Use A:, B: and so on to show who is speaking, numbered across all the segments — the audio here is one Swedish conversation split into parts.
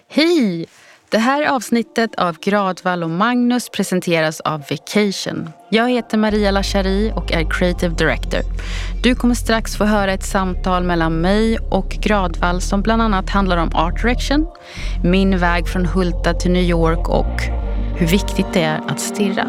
A: Hej! Det här avsnittet av Gradvall och Magnus presenteras av Vacation. Jag heter Maria Lachari och är Creative Director. Du kommer strax få höra ett samtal mellan mig och Gradvall som bland annat handlar om art direction, min väg från Hulta till New York och hur viktigt det är att stirra.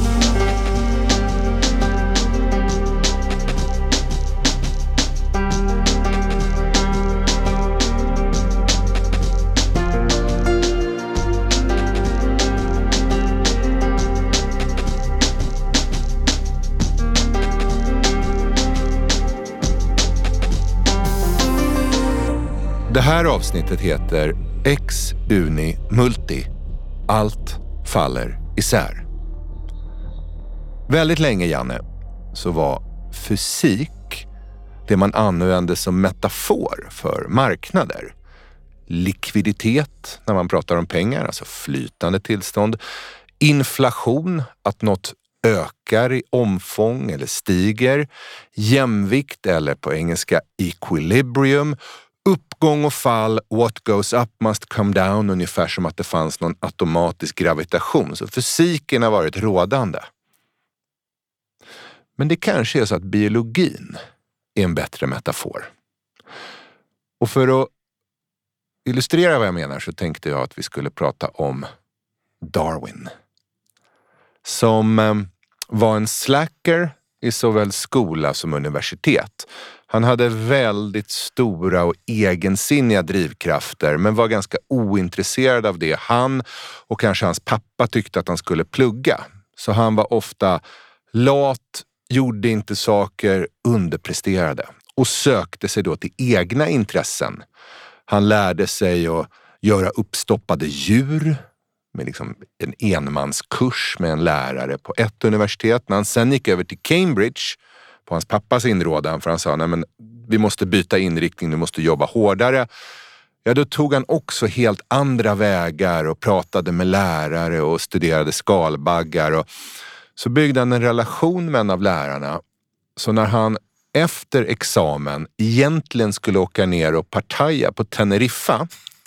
B: Det här avsnittet heter Ex Uni Multi. Allt faller isär. Väldigt länge, Janne, så var fysik det man använde som metafor för marknader. Likviditet när man pratar om pengar, alltså flytande tillstånd. Inflation, att något ökar i omfång eller stiger. Jämvikt, eller på engelska equilibrium. Uppgång och fall, what goes up must come down, ungefär som att det fanns någon automatisk gravitation. Så fysiken har varit rådande. Men det kanske är så att biologin är en bättre metafor. Och för att illustrera vad jag menar så tänkte jag att vi skulle prata om Darwin. Som var en slacker i såväl skola som universitet. Han hade väldigt stora och egensinniga drivkrafter men var ganska ointresserad av det. Han och kanske hans pappa tyckte att han skulle plugga. Så han var ofta lat, gjorde inte saker, underpresterade och sökte sig då till egna intressen. Han lärde sig att göra uppstoppade djur med liksom en enmanskurs med en lärare på ett universitet. När han sen gick över till Cambridge på hans pappas inrådan, för han sa, nej men vi måste byta inriktning, vi måste jobba hårdare. Ja, då tog han också helt andra vägar och pratade med lärare och studerade skalbaggar. Och så byggde han en relation med en av lärarna. Så när han efter examen egentligen skulle åka ner och partaja på Teneriffa,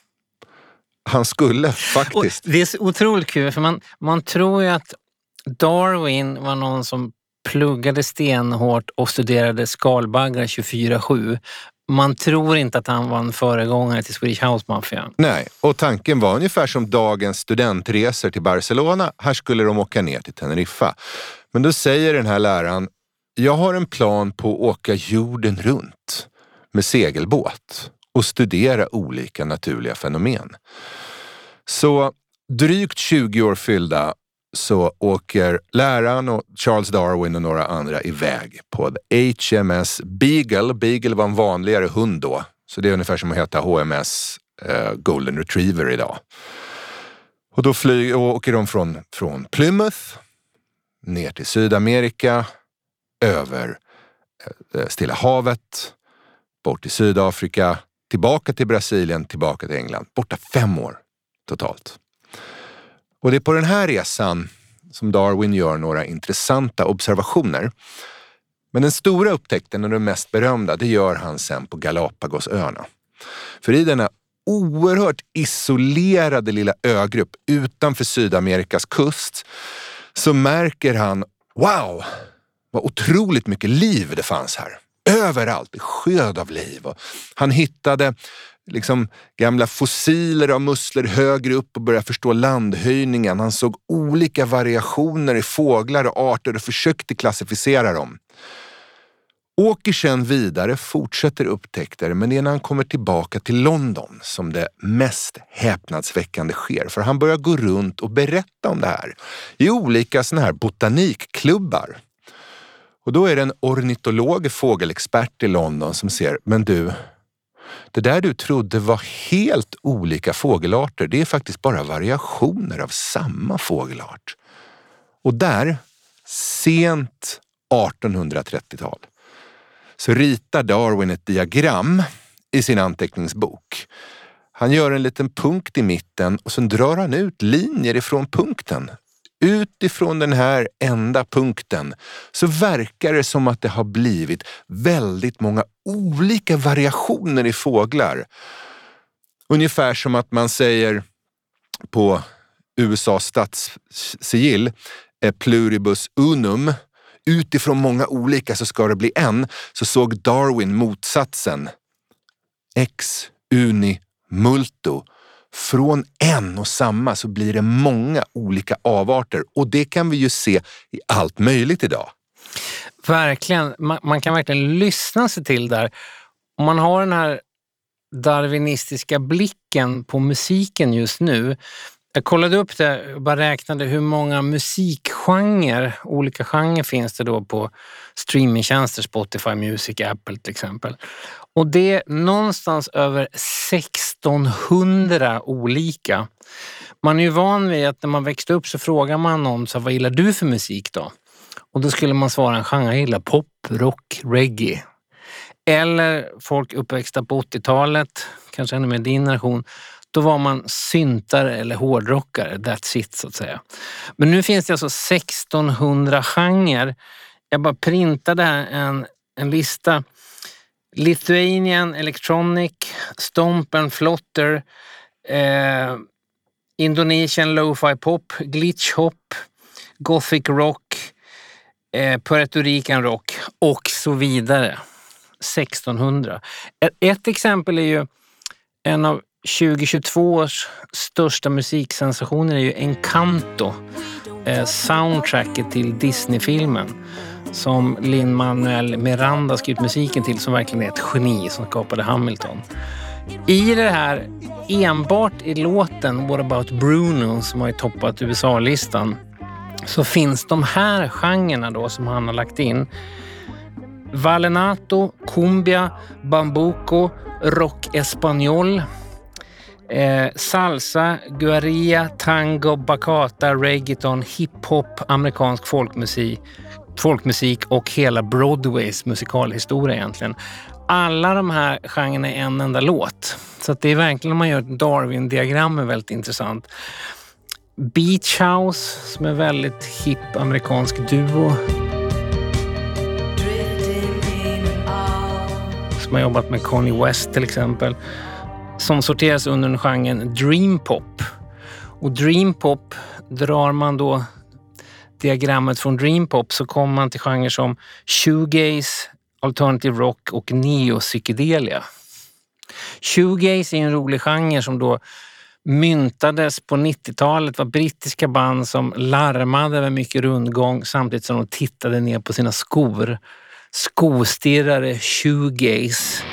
B: han skulle faktiskt.
C: Och det är så otroligt kul, för man tror ju att Darwin var någon som pluggade stenhårt och studerade skalbaggar 24/7. Man tror inte att han var en föregångare till Swedish House Mafia.
B: Nej, och tanken var ungefär som dagens studentresor till Barcelona. Här skulle de åka ner till Teneriffa. Men då säger den här läraren, jag har en plan på att åka jorden runt med segelbåt och studera olika naturliga fenomen. Så drygt 20 år fyllda så åker läraren och Charles Darwin och några andra iväg på HMS Beagle. Beagle var en vanligare hund då. Så det är ungefär som att heta HMS Golden Retriever idag. Och då åker de från Plymouth ner till Sydamerika, över Stilla havet, bort till Sydafrika, tillbaka till Brasilien, tillbaka till England. Borta 5 år totalt. Och det är på den här resan som Darwin gör några intressanta observationer. Men den stora upptäckten och den mest berömda, det gör han sen på Galapagosöarna. För i denna oerhört isolerade lilla ögrupp utanför Sydamerikas kust så märker han, wow, vad otroligt mycket liv det fanns här. Överallt, det sjöd av liv. Och han hittade liksom gamla fossiler av musslor högre upp och började förstå landhöjningen. Han såg olika variationer i fåglar och arter och försökte klassificera dem. Åker sen vidare, fortsätter upptäckter, men det är när han kommer tillbaka till London som det mest häpnadsväckande sker. För han börjar gå runt och berätta om det här i olika såna här botanikklubbar. Och då är det en ornitolog, fågelexpert i London som ser, men du, det där du trodde var helt olika fågelarter, det är faktiskt bara variationer av samma fågelart. Och där, sent 1830-tal, så ritar Darwin ett diagram i sin anteckningsbok. Han gör en liten punkt i mitten och sen drar han ut linjer ifrån punkten. Utifrån den här enda punkten så verkar det som att det har blivit väldigt många olika variationer i fåglar. Ungefär som att man säger på USAs statssigill pluribus unum, utifrån många olika så ska det bli en, så såg Darwin motsatsen. Ex uni multo. Från en och samma så blir det många olika avarter, och det kan vi ju se i allt möjligt idag.
C: Verkligen, man kan verkligen lyssna sig till där. Om man har den här darwinistiska blicken på musiken just nu. Jag kollade upp det och bara räknade hur många musikgenrer, olika genrer finns det då på streamingtjänster, Spotify Music, Apple till exempel. Och det är någonstans över 1600 olika. Man är ju van vid att när man växte upp så frågar man någon så här, vad gillar du för musik då? Och då skulle man svara en genre, jag gillar pop, rock, reggae. Eller folk uppväxta på 80-talet, kanske ännu med din generation, då var man syntare eller hårdrockare, that's it så att säga. Men nu finns det alltså 1600 genrer. Jag bara printade här en lista. Lithuanian Electronic, Stomp and Flotter, Indonesian Lo-Fi Pop, Glitch Hop, Gothic Rock, Puerto Rican Rock och så vidare. 1600. Ett exempel är ju en av 2022 års största musiksensationer är ju Encanto, soundtracket till Disney-filmen som Lin-Manuel Miranda skrivit musiken till, som verkligen är ett geni som skapade Hamilton. I det här, enbart i låten What About Bruno som har ju toppat USA-listan, så finns de här genrerna då som han har lagt in. Vallenato, cumbia, bambuco, rock espanol, salsa, guarilla, tango, bachata, reggaeton, hiphop, amerikansk folkmusik och hela Broadways musikalhistoria egentligen. Alla de här genrerna är en enda låt. Så att det är verkligen, om man gör ett Darwin-diagram, är väldigt intressant. Beach House, som är väldigt hipp amerikansk duo. Som har jobbat med Kanye West till exempel. Som sorteras under den genren Dream Pop. Och Dream Pop, drar man då diagrammet från Dream Pop, så kommer man till genrer som shoegaze, alternative rock och neo-psykedelia. Shoegaze är en rolig genre som då myntades på 90-talet. Var brittiska band som larmade med mycket rundgång samtidigt som de tittade ner på sina skor. Skostirrare, shoegaze.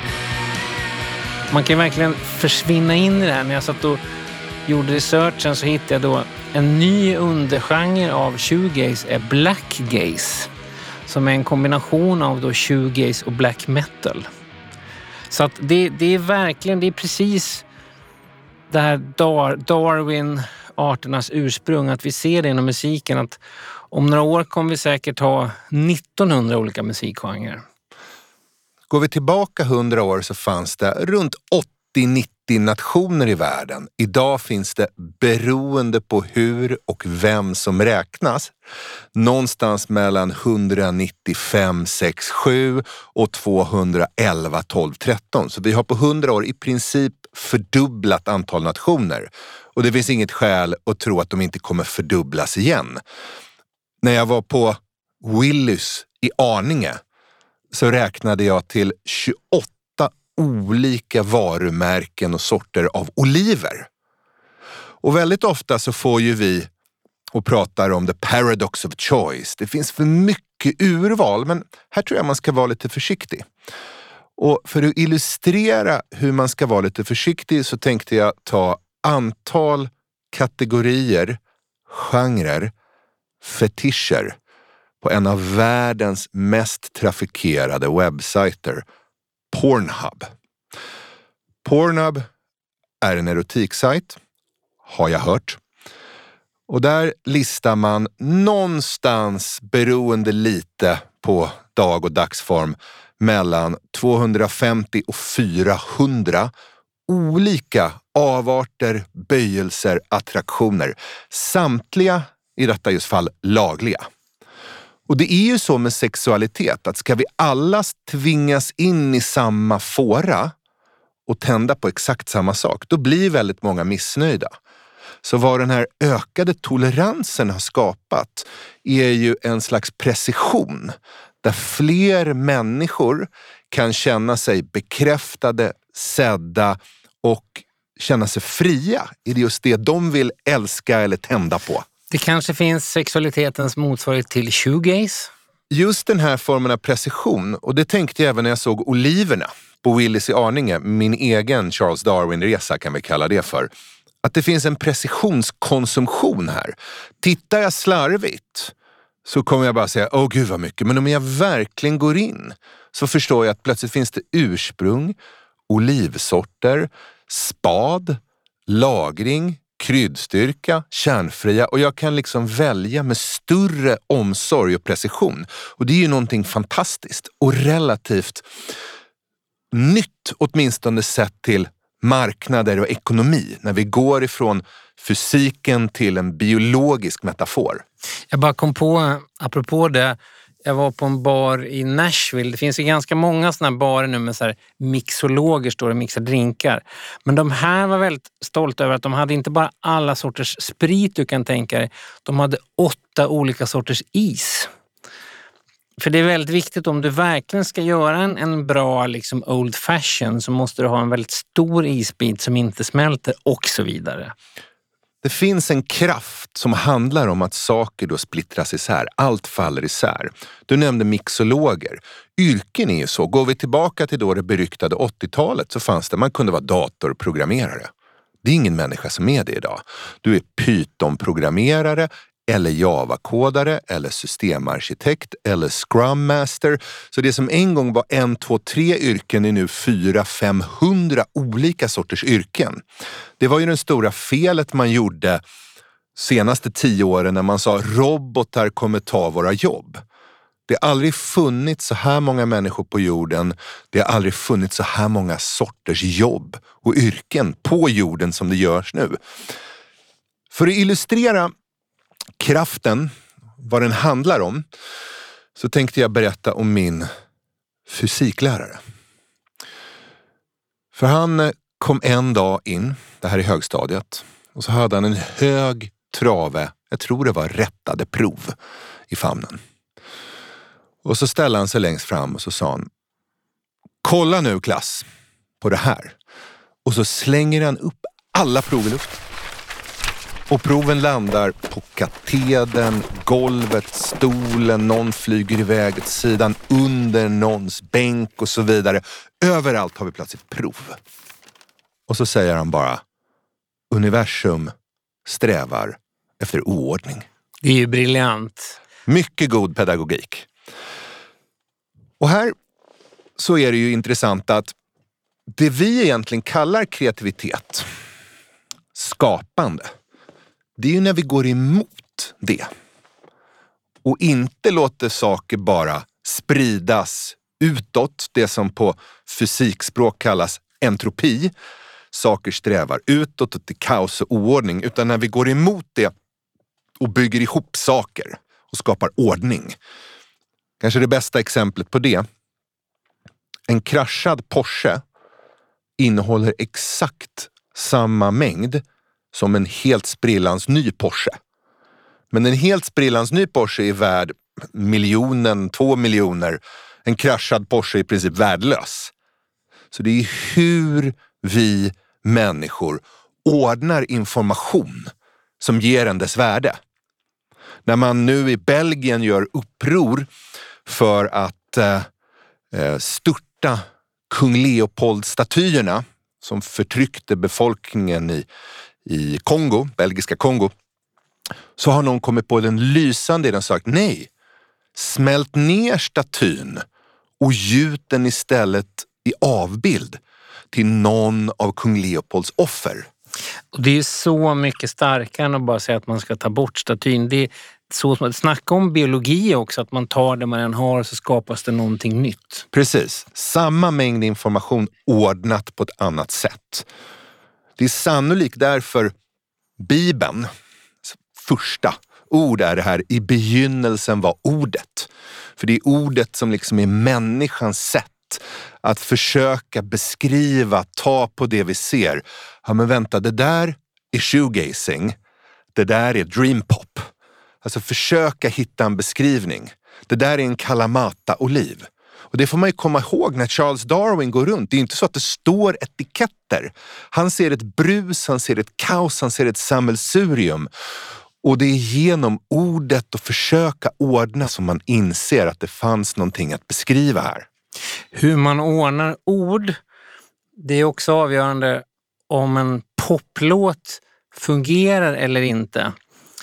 C: Man kan verkligen försvinna in i det här. När jag satt och gjorde researchen så hittade jag då en ny undergenre av shoegaze, är blackgaze, som är en kombination av då shoegaze och black metal. Så att det är verkligen, det är precis det här Darwin, arternas ursprung, att vi ser det inom musiken, att om några år kommer vi säkert ha 1900 olika musikgenrer.
B: Går vi tillbaka 100 år så fanns det runt 80-90 nationer i världen. Idag finns det, beroende på hur och vem som räknas, någonstans mellan 195, 6, 7 och 211, 12, 13. Så vi har på 100 år i princip fördubblat antal nationer. Och det finns inget skäl att tro att de inte kommer fördubblas igen. När jag var på Willys i Arninge så räknade jag till 28 olika varumärken och sorter av oliver. Och väldigt ofta så får ju vi och pratar om the paradox of choice. Det finns för mycket urval, men här tror jag man ska vara lite försiktig. Och för att illustrera hur man ska vara lite försiktig så tänkte jag ta antal kategorier, genrer, fetischer på en av världens mest trafikerade webbsajter, Pornhub. Pornhub är en erotiksajt, har jag hört. Och där listar man någonstans, beroende lite på dag- och dagsform, mellan 250 och 400 olika avarter, böjelser, attraktioner. Samtliga, i detta just fall, lagliga. Och det är ju så med sexualitet att ska vi alla tvingas in i samma fåra och tända på exakt samma sak, då blir väldigt många missnöjda. Så vad den här ökade toleransen har skapat är ju en slags precision där fler människor kan känna sig bekräftade, sedda och känna sig fria i just det de vill älska eller tända på.
C: Det kanske finns sexualitetens motsvarighet till shoegaze?
B: Just den här formen av precision, och det tänkte jag även när jag såg Oliverna på Willys i Arninge, min egen Charles Darwin-resa kan vi kalla det för. Att det finns en precisionskonsumtion här. Tittar jag slarvigt så kommer jag bara säga, åh gud vad mycket. Men om jag verkligen går in så förstår jag att plötsligt finns det ursprung, olivsorter, spad, lagring, kryddstyrka, kärnfria, och jag kan liksom välja med större omsorg och precision. Och det är ju någonting fantastiskt och relativt nytt, åtminstone sett till marknader och ekonomi, när vi går ifrån fysiken till en biologisk metafor.
C: Jag bara kom på, apropå det, jag var på en bar i Nashville. Det finns ju ganska många sådana här barer nu med så här mixologer, står och mixar drinkar. Men de här var väldigt stolta över att de hade inte bara alla sorters sprit du kan tänka dig. De hade 8 olika sorters is. För det är väldigt viktigt, om du verkligen ska göra en bra liksom old fashion, så måste du ha en väldigt stor isbit som inte smälter och så vidare.
B: Det finns en kraft som handlar om att saker då splittras isär. Allt faller isär. Du nämnde mixologer. Yrken är ju så. Går vi tillbaka till då det beryktade 80-talet så fanns det, man kunde vara datorprogrammerare. Det är ingen människa som är det idag. Du är Python-programmerare eller Java-kodare eller systemarkitekt eller Scrum Master. Så det som en gång var 1, 2, 3 yrken är nu 400-500 olika sorters yrken. Det var ju den stora felet man gjorde senaste 10 åren när man sa robotar kommer ta våra jobb. Det har aldrig funnits så här många människor på jorden. Det har aldrig funnits så här många sorters jobb och yrken på jorden som det görs nu. För att illustrera kraften, vad den handlar om, så tänkte jag berätta om min fysiklärare. För han kom en dag in, det här i högstadiet, och så hade han en hög trave, jag tror det var rättade prov i famnen. Och så ställde han sig längst fram och så sa han, kolla nu klass på det här. Och så slänger han upp alla prov i luften. Och proven landar på katedern, golvet, stolen, någon flyger iväg åt sidan, under någons bänk och så vidare. Överallt har vi plötsligt prov. Och så säger han bara, universum strävar efter oordning.
C: Det är ju briljant.
B: Mycket god pedagogik. Och här så är det ju intressant att det vi egentligen kallar kreativitet, skapande, det är ju när vi går emot det och inte låter saker bara spridas utåt, det som på fysikspråk kallas entropi. Saker strävar utåt till kaos och oordning, utan när vi går emot det och bygger ihop saker och skapar ordning. Kanske det bästa exemplet på det. En kraschad Porsche innehåller exakt samma mängd som en helt sprillans ny Porsche. Men en helt sprillans ny Porsche är värd 1 miljon, 2 miljoner. En kraschad Porsche är i princip värdelös. Så det är hur vi människor ordnar information som ger en dess värde. När man nu i Belgien gör uppror för att störta kung Leopold-statyerna som förtryckte befolkningen i Kongo, belgiska Kongo, så har någon kommit på den lysande idén och sagt nej, smält ner statyn och gjut den istället i avbild till någon av kung Leopolds offer.
C: Och det är så mycket starkare än att bara säga att man ska ta bort statyn. Det är så som att snacka om biologi också, att man tar det man än har så skapas det någonting nytt.
B: Precis, samma mängd information ordnat på ett annat sätt. Det är sannolikt därför Bibeln, första ord är det här, i begynnelsen var ordet. För det är ordet som liksom är människans sätt att försöka beskriva, ta på det vi ser. Ja, men vänta, det där är shoegazing. Det där är dreampop. Alltså försöka hitta en beskrivning. Det där är en Kalamata-oliv. Och det får man ju komma ihåg när Charles Darwin går runt. Det är inte så att det står etiketter. Han ser ett brus, han ser ett kaos, han ser ett sammelsurium. Och det är genom ordet och försöka ordna som man inser att det fanns någonting att beskriva här.
C: Hur man ordnar ord, det är också avgörande om en poplåt fungerar eller inte.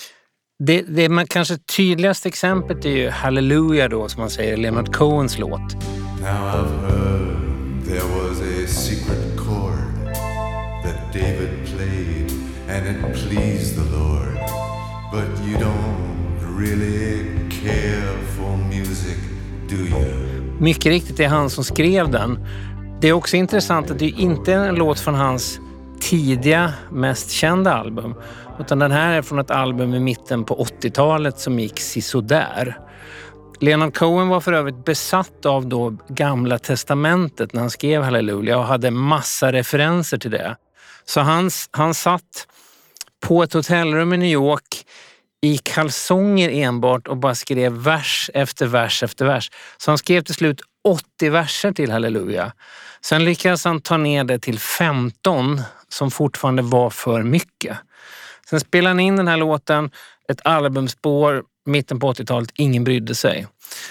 C: Det man kanske tydligaste exemplet är ju Hallelujah då, som man säger, Leonard Cohens låt.
D: Now I've heard there was a secret chord that David played and it pleased the Lord. But you don't really care for music, do you?
C: Mycket riktigt, det är han som skrev den. Det är också intressant att det inte är en låt från hans tidiga, mest kända album. Utan den här är från ett album i mitten på 80-talet som gick sisådär. Leonard Cohen var för övrigt besatt av då Gamla testamentet när han skrev Hallelujah och hade massa referenser till det. Så han satt på ett hotellrum i New York i kalsonger enbart och bara skrev vers efter vers efter vers. Så han skrev till slut 80 verser till Hallelujah. Sen lyckades han ta ner det till 15 som fortfarande var för mycket. Sen spelade han in den här låten, ett albumspår, mitten på 80-talet, ingen brydde sig.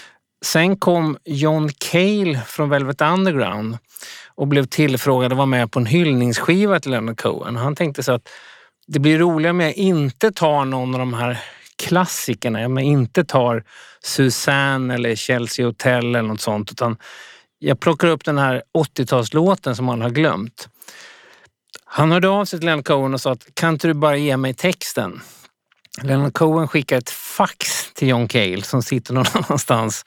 C: Sen kom John Cale från Velvet Underground och blev tillfrågad att vara med på en hyllningsskiva till Leonard Cohen. Han tänkte så att det blir roligare om jag inte tar någon av de här klassikerna. Jag inte tar Suzanne eller Chelsea Hotel eller något sånt, utan jag plockar upp den här 80-talslåten som man har glömt. Han hörde av sig till Leonard Cohen och sa att kan inte du bara ge mig texten? Leonard Cohen skickar ett fax till John Cale som sitter någon annanstans.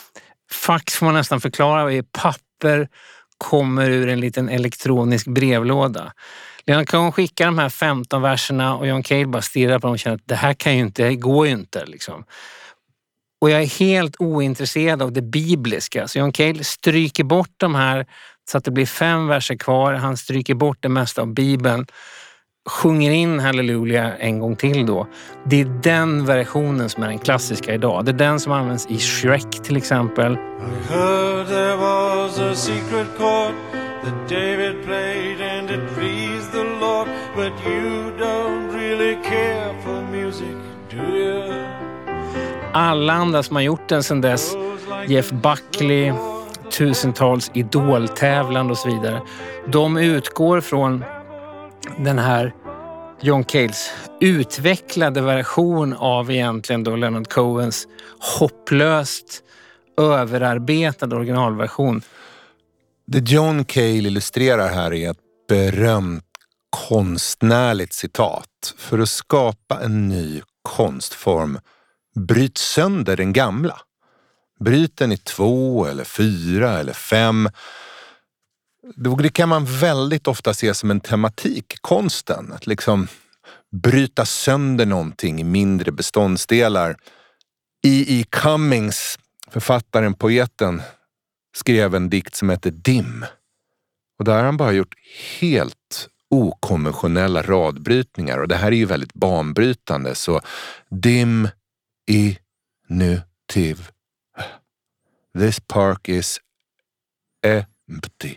C: Fax får man nästan förklara är papper, kommer ur en liten elektronisk brevlåda. Leonard Cohen skickar de här 15 verserna och John Cale bara stirrar på dem och känner att det här kan ju inte, det går ju inte liksom. Och jag är helt ointresserad av det bibliska. Så John Cale stryker bort de här så att det blir 5 verser kvar. Han stryker bort det mesta av Bibeln. Sjunger in Hallelujah en gång till då. Det är den versionen som är den klassiska idag. Det är den som används i Shrek till exempel.
D: I heard there was a secret chord that David played and it pleased the Lord. But you don't really care for music, do you?
C: Alla andra som har gjort den sedan dess, Jeff Buckley, tusentals idoltävlande och så vidare, de utgår från den här John Cales utvecklade version av egentligen då Leonard Cohens hopplöst överarbetade originalversion.
B: Det John Cale illustrerar här är ett berömt konstnärligt citat. För att skapa en ny konstform, bryt sönder den gamla. Bryt den i 2 eller 4 eller 5. Det kan man väldigt ofta se som en tematik i konsten. Att liksom bryta sönder någonting i mindre beståndsdelar. E.E. Cummings, författaren, poeten, skrev en dikt som heter Dim. Och där har han bara gjort helt okonventionella radbrytningar. Och det här är ju väldigt banbrytande. Så dim i nutiv. This park is empty.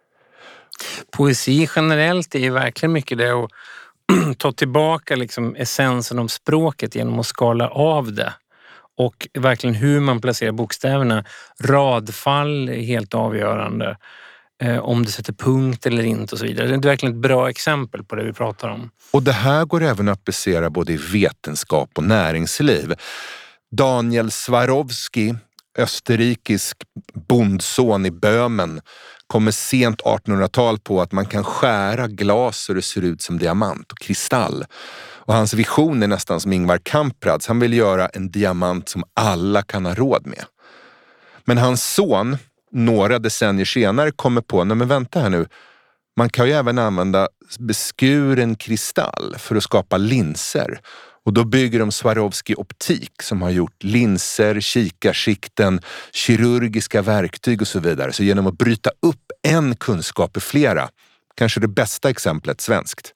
C: Poesi generellt är ju verkligen mycket det att ta tillbaka liksom essensen om språket genom att skala av det. Och verkligen hur man placerar bokstäverna. Radfall är helt avgörande. Om du sätter punkt eller inte och så vidare. Det är verkligen ett bra exempel på det vi pratar om.
B: Och det här går även att applicera både i vetenskap och näringsliv. Daniel Swarovski, österrikisk bondson i Böhmen, kommer sent 1800-tal på att man kan skära glas så det ser ut som diamant och kristall. Och hans vision är nästan som Ingvar Kamprads. Han vill göra en diamant som alla kan ha råd med. Men hans son, några decennier senare, kommer på, nej men vänta här nu, man kan ju även använda beskuren kristall för att skapa linser. Och då bygger de Swarovski Optik som har gjort linser, kikarsikten, kirurgiska verktyg och så vidare. Så genom att bryta upp en kunskap i flera, kanske det bästa exemplet svenskt.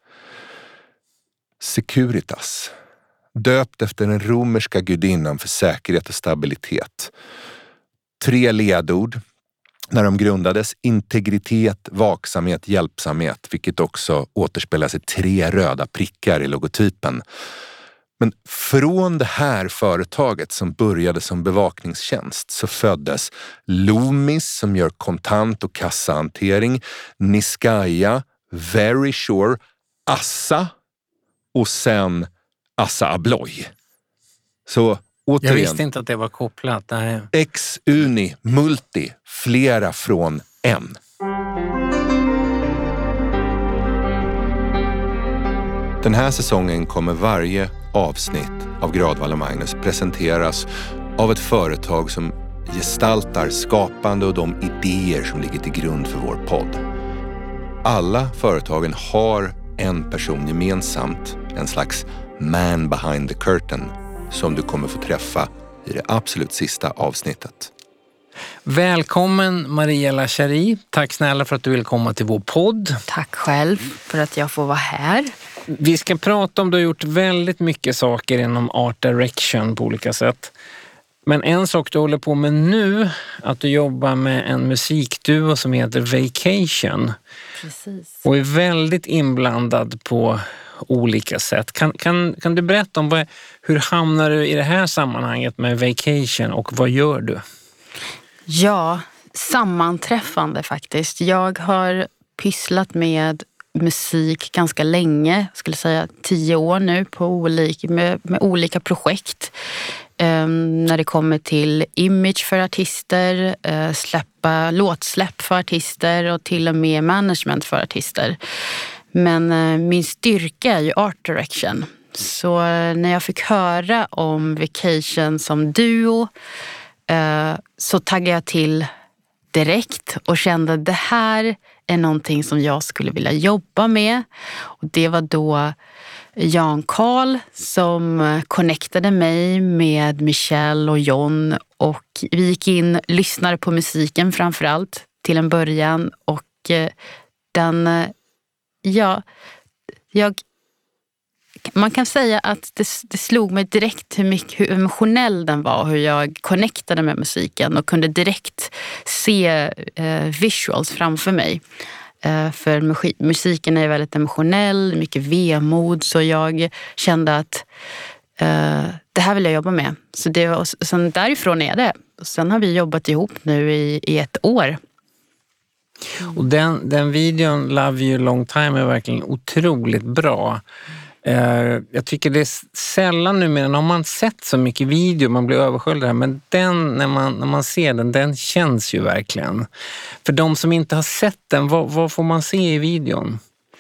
B: Securitas, döpt efter den romerska gudinnan för säkerhet och stabilitet. 3 ledord när de grundades: integritet, vaksamhet, hjälpsamhet, vilket också återspelas i 3 röda prickar i logotypen. Men från det här företaget som började som bevakningstjänst så föddes Loomis som gör kontant- och kassahantering, Niscaya, Verisure, Assa och sen Assa Abloy. Så återigen,
C: jag visste inte att det var kopplat. Nej.
B: Ex, Uni, Multi, flera från en. Den här säsongen kommer varje avsnitt av Gradvall och Magnus presenteras av ett företag som gestaltar skapande och de idéer som ligger till grund för vår podd. Alla företagen har en person gemensamt, en slags man behind the curtain, som du kommer få träffa i det absolut sista avsnittet.
C: Välkommen Maria Lachari. Tack snälla för att du vill komma till vår podd.
A: Tack själv för att jag får vara här.
C: Vi ska prata om, du har gjort väldigt mycket saker inom art direction på olika sätt. Men en sak du håller på med nu, att du jobbar med en musikduo som heter Vacation.
A: Precis.
C: Och är väldigt inblandad på olika sätt. Kan du berätta om hur hamnar du i det här sammanhanget med Vacation och vad gör du?
A: Ja, sammanträffande faktiskt. Jag har pysslat med musik ganska länge, jag skulle säga 10 år nu med olika projekt. När det kommer till image för artister, låtsläpp för artister och till och med management för artister. Men min styrka är ju art direction. Så när jag fick höra om Vacation som duo så taggade jag till direkt och kände att det här är någonting som jag skulle vilja jobba med. Och det var då Jan Karl som connectade mig med Michelle och John, och vi gick in, lyssnade på musiken framförallt till en början, och man kan säga att det slog mig direkt hur emotionell den var, hur jag connectade med musiken och kunde direkt se visuals framför mig. För musiken är väldigt emotionell, mycket vemod, så jag kände att det här vill jag jobba med. Så sen därifrån är det. Och sen har vi jobbat ihop nu i 1 år.
C: Och den videon Love You Long Time är verkligen otroligt bra. Jag tycker det är sällan nu, men har man sett så mycket video, man blir översköljd här, men den, när man ser den känns ju verkligen. För de som inte har sett den, vad får man se i videon?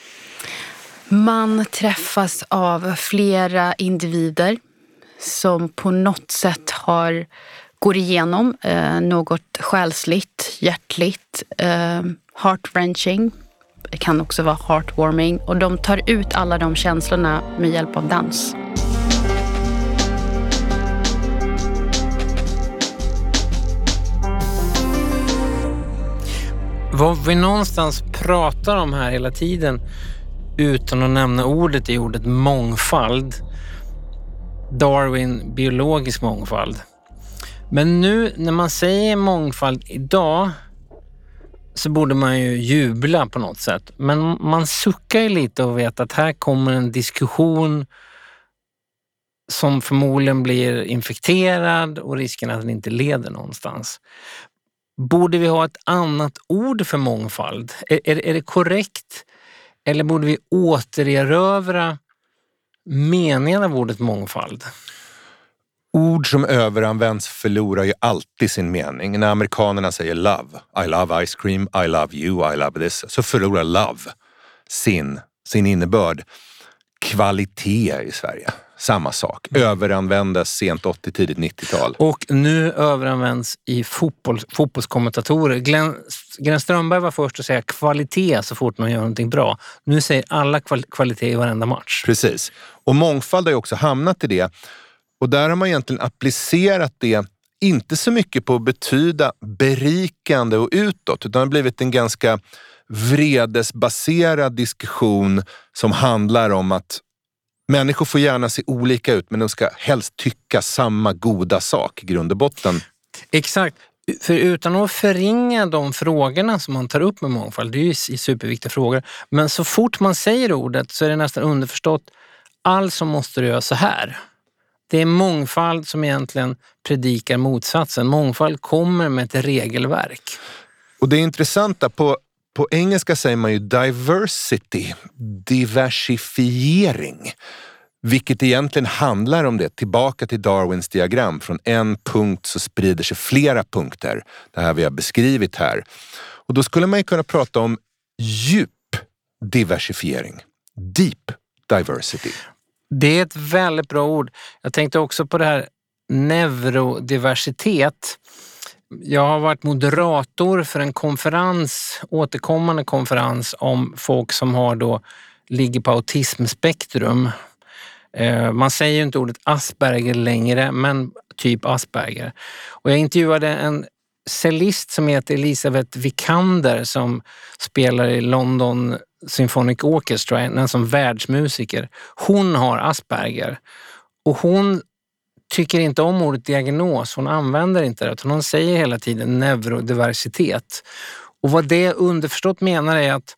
A: Man träffas av flera individer som på något sätt går igenom något själsligt, hjärtligt, heart-wrenching. Det kan också vara heartwarming, och de tar ut alla de känslorna med hjälp av dans.
C: Vad vi någonstans pratar om här hela tiden utan att nämna ordet är ordet mångfald. Darwin, biologisk mångfald. Men nu när man säger mångfald idag så borde man ju jubla på något sätt. Men man suckar ju lite och vet att här kommer en diskussion som förmodligen blir infekterad och risken att den inte leder någonstans. Borde vi ha ett annat ord för mångfald? Är det korrekt? Eller borde vi återerövra meningen av ordet mångfald?
B: Ord som överanvänds förlorar ju alltid sin mening. När amerikanerna säger love, I love ice cream, I love you, I love this, så förlorar love sin innebörd. kvalitet i Sverige. Samma sak. Överanvändes sent 80, tidigt 90-tal.
C: Och nu överanvänds i fotbollskommentatorer. Glenn Strömberg var först att säga kvalitet så fort man gör någonting bra. Nu säger alla kvalitet i varenda match.
B: Precis. Och mångfald har ju också hamnat i det. Och där har man egentligen applicerat det inte så mycket på att betyda berikande och utåt, utan det har blivit en ganska vredesbaserad diskussion som handlar om att människor får gärna se olika ut, men de ska helst tycka samma goda sak i grund och botten.
C: Exakt. För utan att förringa de frågorna som man tar upp med mångfald, det är ju superviktiga frågor, men så fort man säger ordet så är det nästan underförstått, alltså måste du göra så här. Det är mångfald som egentligen predikar motsatsen. Mångfald kommer med ett regelverk.
B: Och det är intressanta, på engelska säger man ju diversity, diversifiering. Vilket egentligen handlar om det, tillbaka till Darwins diagram. Från en punkt så sprider sig flera punkter. Det här vi har beskrivit här. Och då skulle man ju kunna prata om djup diversifiering. Deep diversity.
C: Det är ett väldigt bra ord. Jag tänkte också på det här neurodiversitet. Jag har varit moderator för en återkommande konferens om folk som ligger på autismspektrum. Man säger ju inte ordet Asperger längre, men typ Asperger. Och jag intervjuade en cellist som heter Elisabeth Vikander som spelar i London Symphonic Orchestra, en som världsmusiker. Hon har Asperger och hon tycker inte om ordet diagnos. Hon använder inte det, utan hon säger hela tiden neurodiversitet. Och vad det underförstått menar är att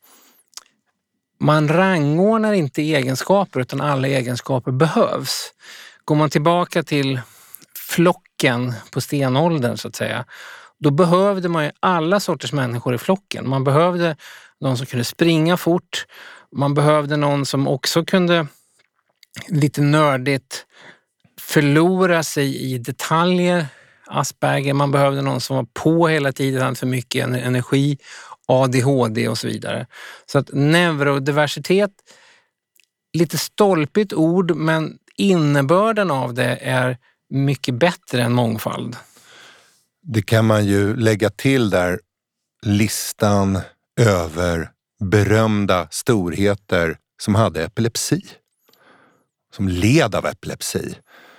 C: man rangordnar inte egenskaper, utan alla egenskaper behövs. Går man tillbaka till flocken på stenåldern så att säga, då behövde man ju alla sorters människor i flocken. Man behövde någon som kunde springa fort. Man behövde någon som också kunde lite nördigt förlora sig i detaljer. Asperger. Man behövde någon som var på hela tiden, hade för mycket energi, ADHD och så vidare. Så att neurodiversitet, lite stolpigt ord, men innebörden av det är mycket bättre än mångfald.
B: Det kan man ju lägga till där, listan över berömda storheter som hade epilepsi. Som led av epilepsi.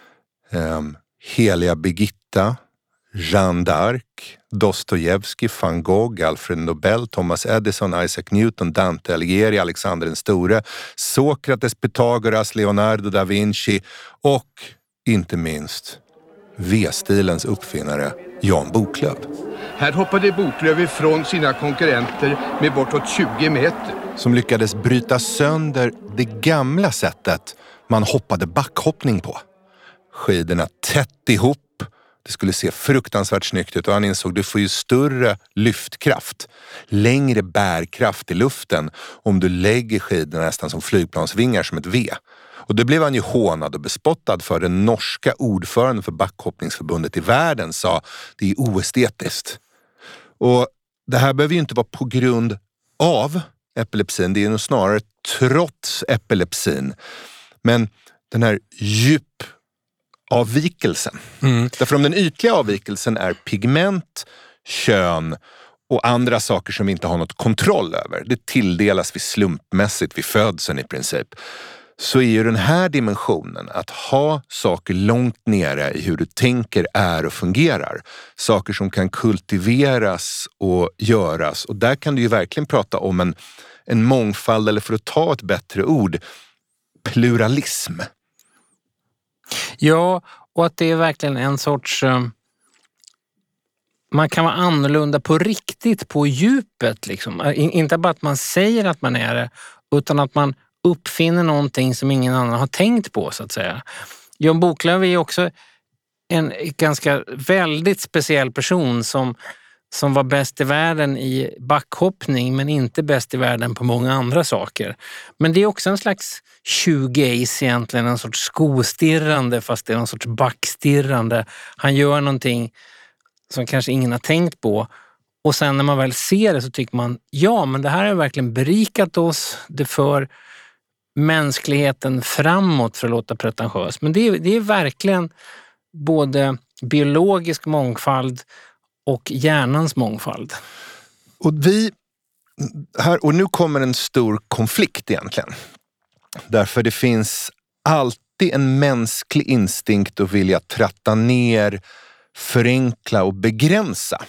B: Heliga Birgitta, Jeanne d'Arc, Dostojevskij, van Gogh, Alfred Nobel, Thomas Edison, Isaac Newton, Dante Alighieri, Alexander den store, Sokrates, Pythagoras, Leonardo da Vinci och inte minst V-stilens uppfinnare Jan Boklöv.
E: Här hoppade Boklöv ifrån sina konkurrenter med bortåt 20 meter.
B: Som lyckades bryta sönder det gamla sättet man hoppade backhoppning på. Skidorna tätt ihop. Det skulle se fruktansvärt snyggt ut och han insåg att du får ju större lyftkraft, längre bärkraft i luften om du lägger skidorna nästan som flygplansvingar som ett V. Och det blev han ju hånad och bespottad för. Den norska ordföranden för backhoppningsförbundet i världen sa det är oestetiskt. Och det här behöver ju inte vara på grund av epilepsin, det är nog snarare trots epilepsin. Men den här djupavvikelsen. Därför om den ytliga avvikelsen är pigment, kön och andra saker som vi inte har något kontroll över, det tilldelas vi slumpmässigt vid födseln i princip, så är ju den här dimensionen att ha saker långt nere i hur du tänker, är och fungerar. Saker som kan kultiveras och göras. Och där kan du ju verkligen prata om en mångfald, eller för att ta ett bättre ord, pluralism.
C: Ja, och att det är verkligen en sorts... Man kan vara annorlunda på riktigt, på djupet. Liksom. Inte bara att man säger att man är det, utan att man uppfinner någonting som ingen annan har tänkt på, så att säga. Jan Boklöv är också en ganska väldigt speciell person som var bäst i världen i backhoppning, men inte bäst i världen på många andra saker. Men det är också en slags shoegaze egentligen, en sorts skostirrande, fast det är någon sorts backstirrande. Han gör någonting som kanske ingen har tänkt på. Och sen när man väl ser det så tycker man, ja, men det här har verkligen berikat oss. Det för mänskligheten framåt, för att låta pretentiös. Men det är verkligen både biologisk mångfald och hjärnans mångfald.
B: Och nu kommer en stor konflikt egentligen. Därför det finns alltid en mänsklig instinkt att vilja tratta ner, förenkla och begränsa.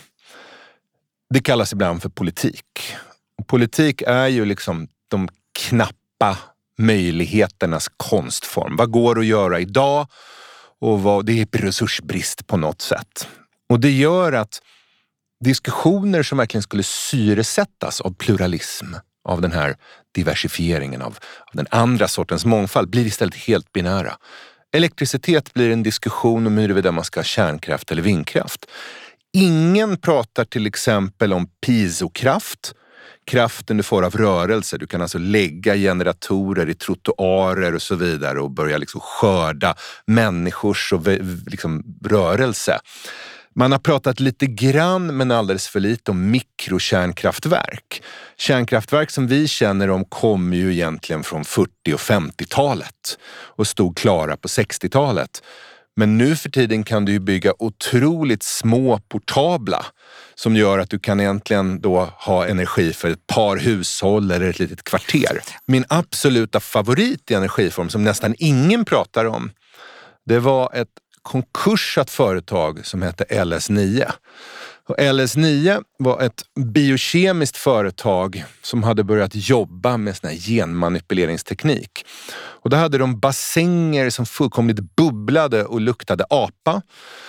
B: Det kallas ibland för politik. Och politik är ju liksom de knappa möjligheternas konstform. Vad går att göra idag och det är resursbrist på något sätt. Och det gör att diskussioner som verkligen skulle syresättas av pluralism, av den här diversifieringen av den andra sortens mångfald, blir istället helt binära. Elektricitet blir en diskussion om huruvida man ska ha kärnkraft eller vindkraft. Ingen pratar till exempel om piezokraft, kraften du får av rörelse. Du kan alltså lägga generatorer i trottoarer och så vidare och börja liksom skörda människors och liksom rörelse. Man har pratat lite grann, men alldeles för lite, om mikrokärnkraftverk. Kärnkraftverk som vi känner om kommer ju egentligen från 40- och 50-talet och stod klara på 60-talet. Men nu för tiden kan du ju bygga otroligt små portabla som gör att du kan egentligen då ha energi för ett par hushåll eller ett litet kvarter. Min absoluta favorit i energiform som nästan ingen pratar om, det var ett konkursat företag som hette LS9. Och LS9 var ett biokemiskt företag som hade börjat jobba med sån här genmanipuleringsteknik. Och då hade de bassänger som fullkomligt bubblade och luktade apa.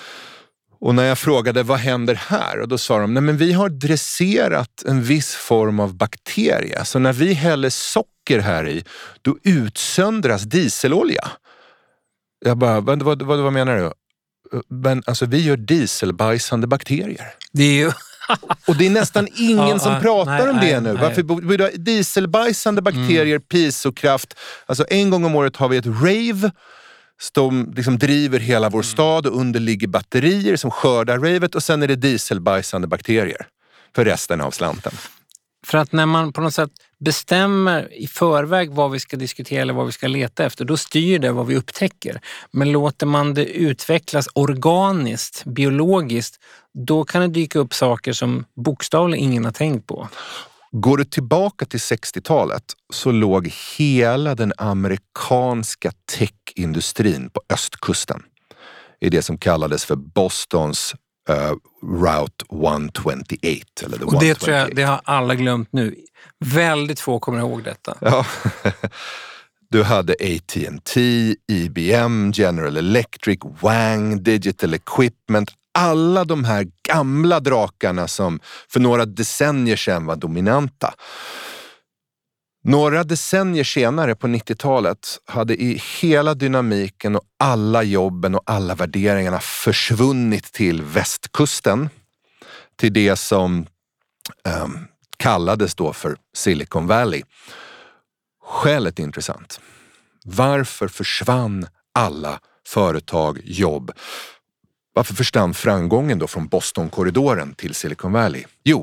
B: Och när jag frågade vad händer här, och då sa de, nej men vi har dresserat en viss form av bakterie. Så när vi häller socker här i, då utsöndras dieselolja. Jag bara, vad menar du? Men alltså vi gör dieselbajsande bakterier.
C: Det är ju...
B: Och det är nästan ingen som pratar om det nu.
C: Nej.
B: Varför dieselbajsande bakterier, piezokraft. Alltså en gång om året har vi ett rave som liksom driver hela vår stad och under ligger batterier som skördar ravet och sen är det dieselbajsande bakterier för resten av slanten.
C: För att när man på något sätt bestämmer i förväg vad vi ska diskutera eller vad vi ska leta efter, då styr det vad vi upptäcker. Men låter man det utvecklas organiskt, biologiskt, då kan det dyka upp saker som bokstavligen ingen har tänkt på.
B: Går du tillbaka till 60-talet så låg hela den amerikanska techindustrin på östkusten i det som kallades för Bostons Route 128 eller the 128.
C: Och det tror jag, det har alla glömt nu. Väldigt få kommer ihåg detta.
B: Ja. Du hade AT&T, IBM, General Electric, Wang, Digital Equipment. Alla de här gamla drakarna som för några decennier sedan var dominanta. Några decennier senare på 90-talet hade i hela dynamiken och alla jobben och alla värderingarna försvunnit till västkusten. Till det som kallades då för Silicon Valley. Skälet är intressant. Varför försvann alla företag, jobb? Varför försvann framgången då från Boston-korridoren till Silicon Valley? Jo,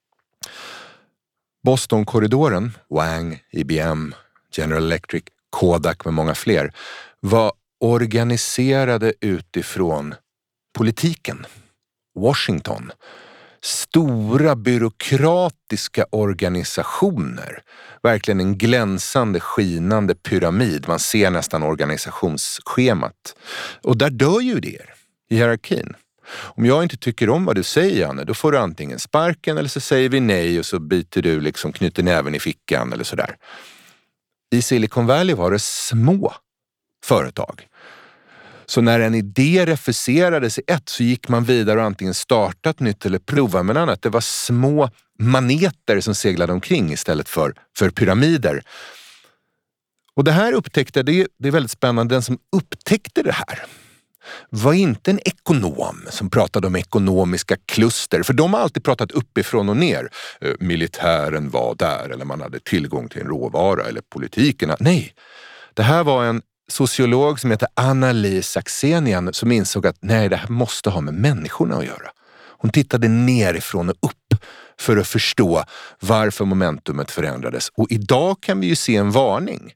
B: Boston-korridoren, Wang, IBM, General Electric, Kodak med många fler, var organiserade utifrån politiken. Washington. Stora byråkratiska organisationer. Verkligen en glänsande, skinande pyramid. Man ser nästan organisationsschemat. Och där dör ju idéer i hierarkin. Om jag inte tycker om vad du säger, Janne, då får du antingen sparken eller så säger vi nej och så byter du liksom, knyter näven i fickan eller sådär. I Silicon Valley var det små företag. Så när en idé refuserades i ett så gick man vidare och antingen startat nytt eller prova med annat. Det var små maneter som seglade omkring istället för pyramider. Och det här upptäckte, det är väldigt spännande, den som upptäckte det här var inte en ekonom som pratade om ekonomiska kluster. För de har alltid pratat uppifrån och ner. Militären var där eller man hade tillgång till en råvara eller politikerna. Nej, det här var en sociolog som heter Anna-Lee Saxenian som insåg att nej, det här måste ha med människorna att göra. Hon tittade nerifrån och upp för att förstå varför momentumet förändrades. Och idag kan vi ju se en varning.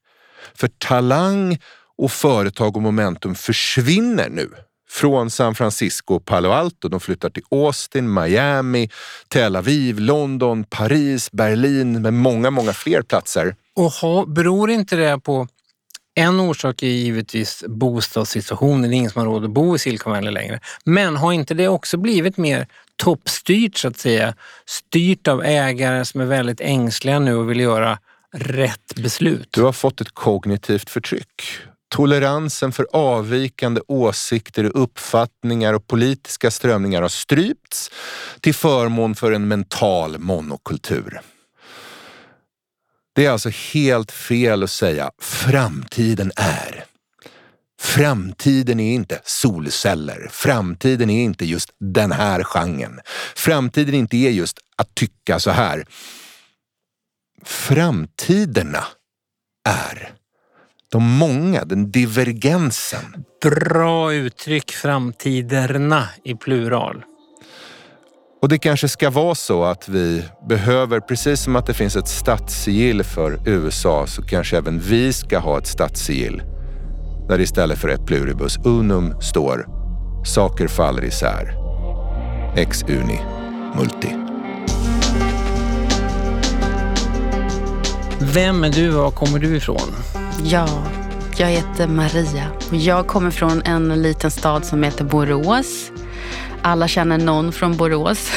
B: För talang och företag och momentum försvinner nu. Från San Francisco och Palo Alto. De flyttar till Austin, Miami, Tel Aviv, London, Paris, Berlin med många fler platser.
C: Och beror inte det på... En orsak är givetvis bostadssituationen. Det är ingen som har råd att bo i Silicon Valley längre. Men har inte det också blivit mer toppstyrt så att säga? Styrt av ägare som är väldigt ängsliga nu och vill göra rätt beslut.
B: Du har fått ett kognitivt förtryck. Toleransen för avvikande åsikter och uppfattningar och politiska strömningar har strypts till förmån för en mental monokultur. Det är alltså helt fel att säga framtiden är. Framtiden är inte solceller. Framtiden är inte just den här genren. Framtiden inte är just att tycka så här. Framtiderna är de många, den divergensen.
C: Bra uttryck, framtiderna i plural.
B: Och det kanske ska vara så att vi behöver, precis som att det finns ett stadssigill för USA, så kanske även vi ska ha ett stadssigill. Där istället för ett pluribus unum står saker faller isär. Ex uni multi.
C: Vem är du och var kommer du ifrån?
A: Ja, jag heter Maria och jag kommer från en liten stad som heter Borås. Alla känner någon från Borås.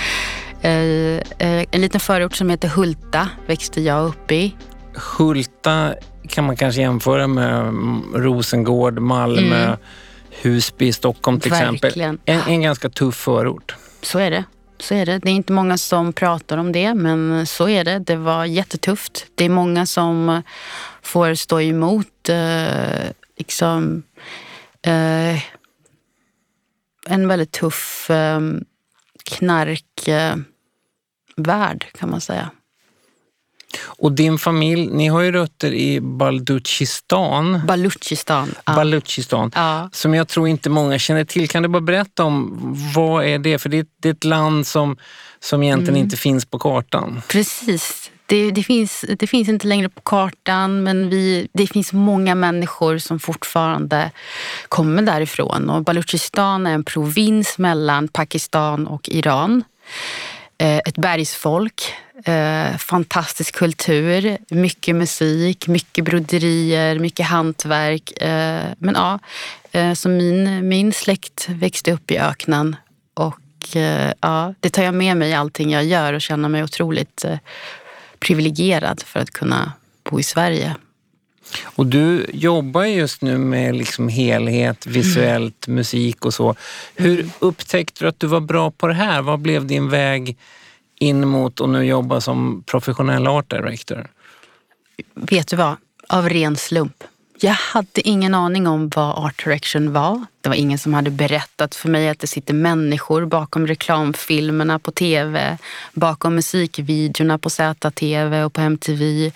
A: En liten förort som heter Hulta växte jag upp i.
C: Hulta kan man kanske jämföra med Rosengård, Malmö, Husby, Stockholm till
A: Verkligen.
C: exempel. En ganska tuff förort.
A: Så är det. Så är det. Det är inte många som pratar om det, men så är det. Det var jättetufft. Det är många som får stå emot en väldigt tuff knarkvärld kan man säga.
C: Och din familj, ni har ju rötter i Baluchistan.
A: Baluchistan. Ja.
C: Baluchistan,
A: Ja.
C: som jag tror inte många känner till. Kan du bara berätta om vad är det? För det är ett land som egentligen inte finns på kartan.
A: Precis. Det finns inte längre på kartan, men det finns många människor som fortfarande kommer därifrån. Och Baluchistan är en provins mellan Pakistan och Iran. Ett bergsfolk, fantastisk kultur, mycket musik, mycket broderier, mycket hantverk. Men ja, så min släkt växte upp i öknen och ja, det tar jag med mig i allting jag gör och känner mig otroligt privilegierad för att kunna bo i Sverige.
C: Och du jobbar just nu med liksom helhet, visuellt, musik och så. Hur upptäckte du att du var bra på det här? Vad blev din väg in mot att nu jobba som professionell art director?
A: Vet du vad? Av ren slump. Jag hade ingen aning om vad art direction var. Det var ingen som hade berättat för mig att det sitter människor bakom reklamfilmerna på tv, bakom musikvideorna på ZTV och på MTV.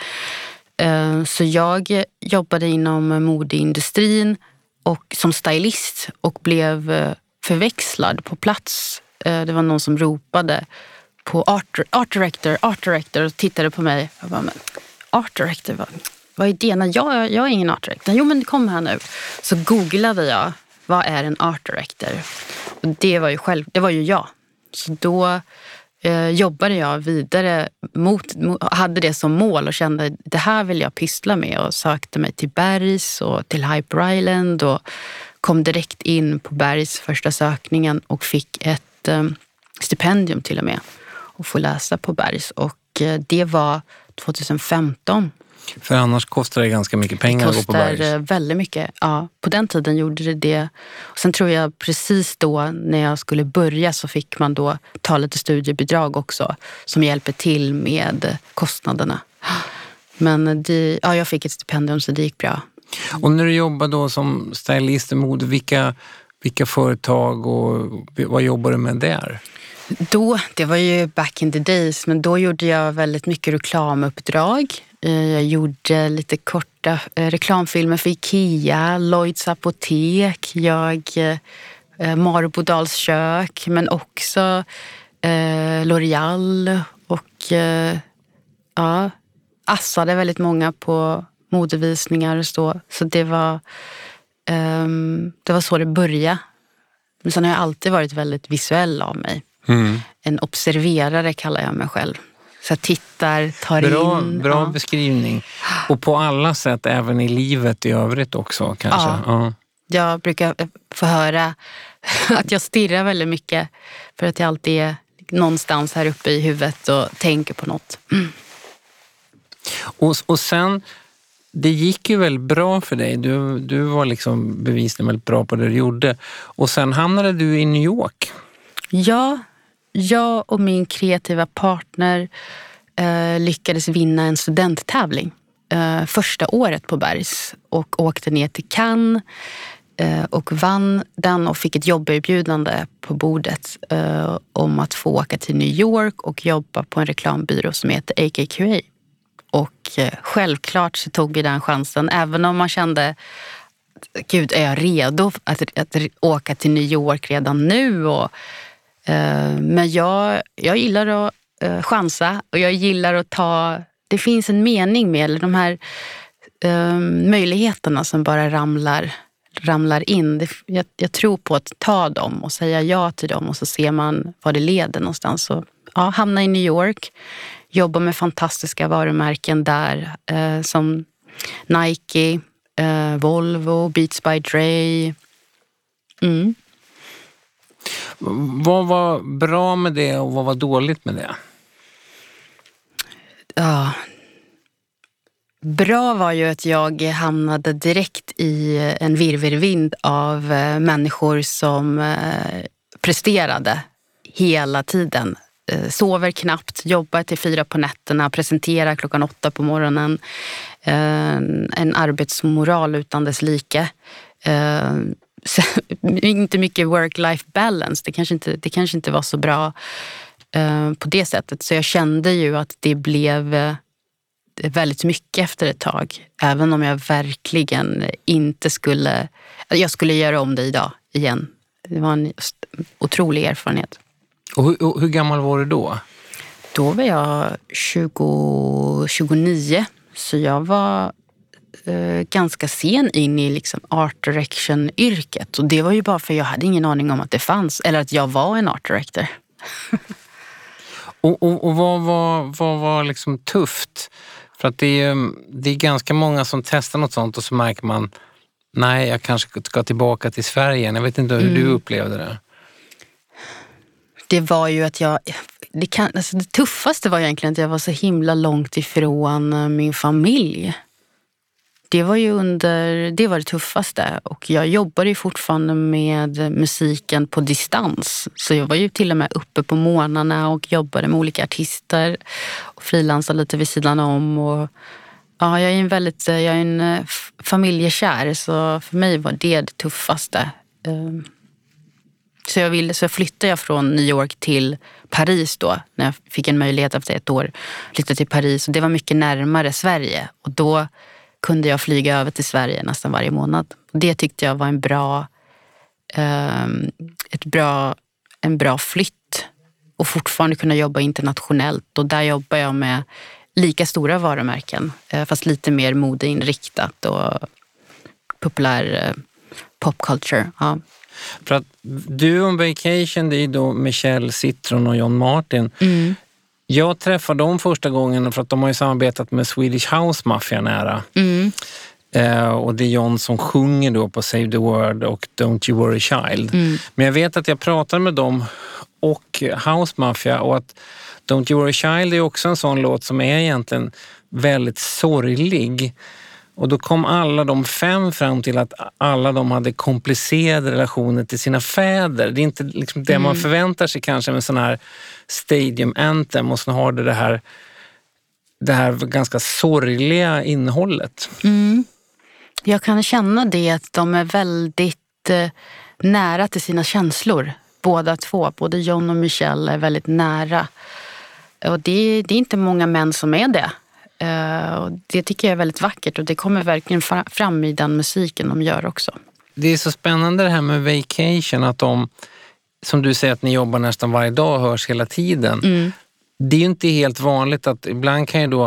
A: Så jag jobbade inom modeindustrin och som stylist och blev förväxlad på plats. Det var någon som ropade på art director och tittade på mig. Jag bara, men art director, vad är det? Jag är ingen art director. Jo, men kom här nu. Så googlade jag, vad är en art director? Och det var ju jag. Så då jobbade jag vidare hade det som mål och kände det här vill jag pyssla med och sökte mig till Bergs och till Hyper Island och kom direkt in på Bergs första sökningen och fick ett stipendium till och med och få läsa på Bergs och det var 2015.
C: För annars kostar det ganska mycket pengar att gå på Bergs.
A: Det kostar väldigt mycket. Ja, på den tiden gjorde det. Och sen tror jag precis då när jag skulle börja så fick man då ta lite studiebidrag också som hjälper till med kostnaderna. Men jag fick ett stipendium så det gick bra.
C: Och när du jobbar då som stylist i mode, vilka företag och vad jobbar du med där?
A: Det var ju back in the days, men då gjorde jag väldigt mycket reklamuppdrag. Jag gjorde lite korta reklamfilmer för Ikea, Lloyds apotek, Marbodals kök, men också L'Oreal och assade väldigt många på modevisningar och så. Så det var så det började. Men sen har jag alltid varit väldigt visuell av mig. En observerare kallar jag mig själv. Så jag tittar, tar in.
C: Bra beskrivning. Och på alla sätt, även i livet i övrigt också kanske. Ja.
A: Jag brukar få höra att jag stirrar väldigt mycket. För att jag alltid är någonstans här uppe i huvudet och tänker på något.
C: Och sen, det gick ju väldigt bra för dig. Du var liksom bevisligen väldigt bra på det du gjorde. Och sen hamnade du i New York.
A: Ja, jag och min kreativa partner lyckades vinna en studenttävling första året på Bergs och åkte ner till Cannes och vann den och fick ett jobberbjudande på bordet om att få åka till New York och jobba på en reklambyrå som heter AKQA. Och självklart så tog vi den chansen, även om man kände, gud, är jag redo att åka till New York redan nu? Men jag gillar att chansa och jag gillar att det finns en mening med de här möjligheterna som bara ramlar in. Jag tror på att ta dem och säga ja till dem och så ser man vad det leder någonstans. Så, ja, hamna i New York, jobba med fantastiska varumärken där som Nike, Volvo, Beats by Dre.
C: Vad var bra med det och vad var dåligt med det?
A: Ja, bra var ju att jag hamnade direkt i en virvelvind av människor som presterade hela tiden. Sover knappt, jobbar till 4 på nätterna, presenterar 8 på morgonen. En arbetsmoral utan dess like. Inte mycket work-life balance. Det kanske inte var så bra på det sättet. Så jag kände ju att det blev väldigt mycket efter ett tag. Även om jag verkligen inte skulle... Jag skulle göra om det idag igen. Det var en otrolig erfarenhet.
C: Och hur gammal var du då?
A: Då var jag 29. Så jag var ganska sen in i liksom art direction-yrket. Och det var ju bara för jag hade ingen aning om att det fanns. Eller att jag var en art director.
C: Och vad var liksom tufft? För att det är ganska många som testar något sånt och så märker man, nej, jag kanske ska tillbaka till Sverige. Jag vet inte hur du upplevde det.
A: Det var ju att det tuffaste var egentligen att jag var så himla långt ifrån min familj. Det var det tuffaste. Och jag jobbade ju fortfarande med musiken på distans. Så jag var ju till och med uppe på morgnarna och jobbade med olika artister. Och frilansade lite vid sidan om. Och, ja, jag är en familjekär. Så för mig var det tuffaste. Så flyttade jag från New York till Paris då. När jag fick en möjlighet efter ett år. Flyttade till Paris och det var mycket närmare Sverige. Och då kunde jag flyga över till Sverige nästan varje månad. Och det tyckte jag var en bra flytt. Och fortfarande kunna jobba internationellt. Och där jobbar jag med lika stora varumärken. Fast lite mer modeinriktat och populär popculture. Ja.
C: För att du on Vacation, det är då Michelle Citron och John Martin. Jag träffade dem första gången för att de har ju samarbetat med Swedish House Mafia nära. Och det är John som sjunger då på Save the World och Don't You Worry Child. Men jag vet att jag pratade med dem och House Mafia och att Don't You Worry Child är också en sån låt som är egentligen väldigt sorglig. Och då kom alla de 5 fram till att alla de hade komplicerade relationer till sina fäder. Det är inte liksom det man förväntar sig kanske med sån här Stadium Anthem. Och så har det här ganska sorgliga innehållet.
A: Jag kan känna det att de är väldigt nära till sina känslor. Båda två, både John och Michelle är väldigt nära. Och det är inte många män som är det. Och det tycker jag är väldigt vackert och det kommer verkligen fram i den musiken de gör också.
C: Det är så spännande det här med Vacation, att de, som du säger att ni jobbar nästan varje dag och hörs hela tiden. Det är ju inte helt vanligt att ibland kan ju då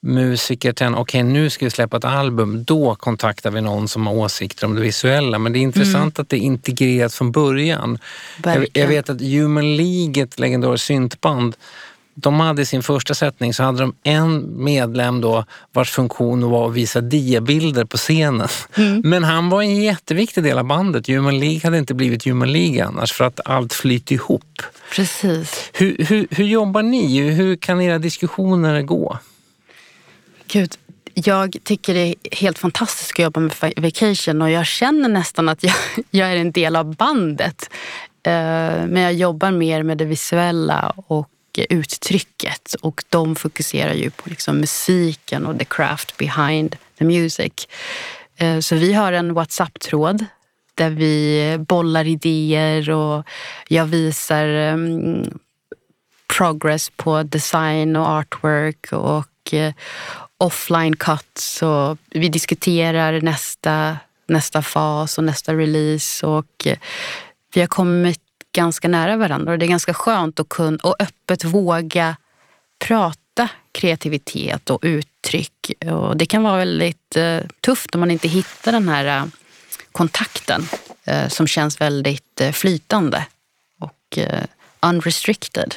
C: musiker till okej, nu ska vi släppa ett album, då kontaktar vi någon som har åsikter om det visuella. Men det är intressant att det är integrerat från början. Jag vet att Human League, ett legendariskt syntband, de hade i sin första sättning så hade de en medlem då vars funktion var att visa diabilder på scenen. Men han var en jätteviktig del av bandet. Human League hade inte blivit Human League annars för att allt flyter ihop.
A: Precis.
C: Hur jobbar ni? Hur kan era diskussioner gå?
A: Gud, jag tycker det är helt fantastiskt att jobba med Vacation och jag känner nästan att jag är en del av bandet. Men jag jobbar mer med det visuella och uttrycket och de fokuserar ju på liksom musiken och the craft behind the music. Så vi har en WhatsApp-tråd där vi bollar idéer och jag visar progress på design och artwork och offline cuts och vi diskuterar nästa fas och nästa release och vi har kommit ganska nära varandra och det är ganska skönt att kunna och öppet våga prata kreativitet och uttryck och det kan vara väldigt tufft om man inte hittar den här kontakten som känns väldigt flytande och unrestricted.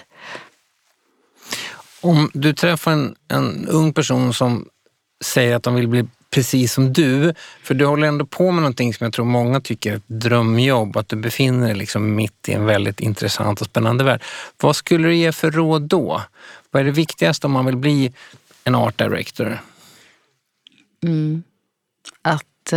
C: Om du träffar en ung person som säger att de vill bli precis som du, för du håller ändå på med någonting som jag tror många tycker är ett drömjobb, att du befinner dig liksom mitt i en väldigt intressant och spännande värld. Vad skulle du ge för råd då? Vad är det viktigaste om man vill bli en art director?
A: Att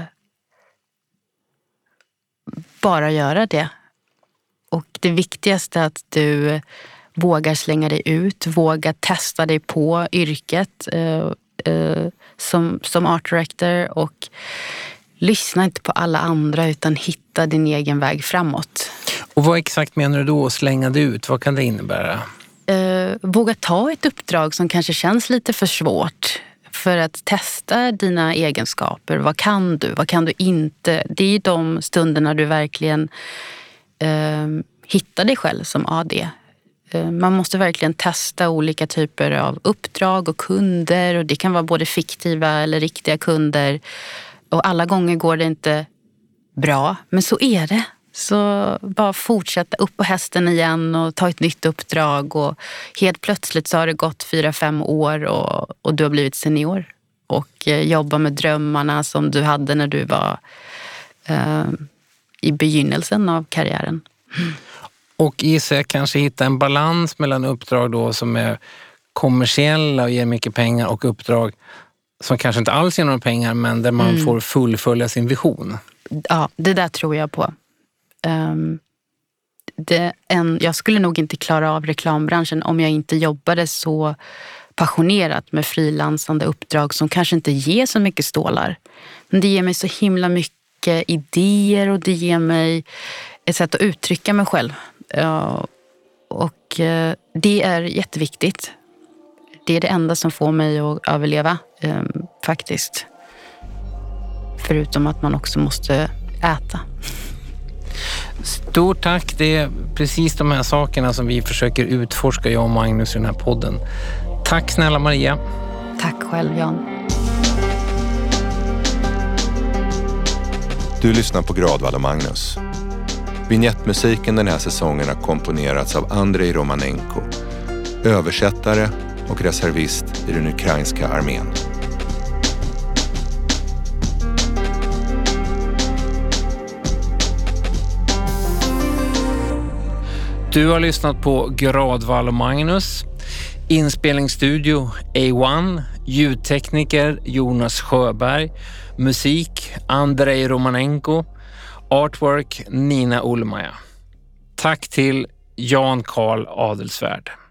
A: bara göra det. Och det viktigaste är att du vågar slänga dig ut, vågar testa dig på yrket som art director och lyssna inte på alla andra utan hitta din egen väg framåt.
C: Och vad exakt menar du då slänga dig ut? Vad kan det innebära?
A: Våga ta ett uppdrag som kanske känns lite för svårt för att testa dina egenskaper. Vad kan du? Vad kan du inte? Det är de stunderna du verkligen hittar dig själv som AD. Man måste verkligen testa olika typer av uppdrag och kunder och det kan vara både fiktiva eller riktiga kunder och alla gånger går det inte bra, men så är det. Så bara fortsätta upp på hästen igen och ta ett nytt uppdrag och helt plötsligt så har det gått 4-5 år och du har blivit senior och jobba med drömmarna som du hade när du var i begynnelsen av karriären.
C: Och gissar jag kanske hitta en balans mellan uppdrag då som är kommersiella och ger mycket pengar och uppdrag som kanske inte alls ger några pengar men där man får fullfölja sin vision.
A: Ja, det där tror jag på. Jag skulle nog inte klara av reklambranschen om jag inte jobbade så passionerat med frilansande uppdrag som kanske inte ger så mycket stålar. Men det ger mig så himla mycket idéer och det ger mig ett sätt att uttrycka mig själv. Och det är jätteviktigt. Det är det enda som får mig att överleva faktiskt. Förutom att man också måste äta.
C: Stort tack. Det är precis de här sakerna som vi försöker utforska, jag och Magnus, i den här podden. Tack snälla Maria.
A: Tack själv Jan.
B: Du lyssnar på Gradvall och Magnus. Vignettmusiken den här säsongen har komponerats av Andrei Romanenko, översättare och reservist i den ukrainska armén.
C: Du har lyssnat på Gradvall och Magnus. Inspelningsstudio A1, ljudtekniker Jonas Sjöberg, musik Andrei Romanenko, artwork Nina Olmaja. Tack till Jan Karl Adelsvärd.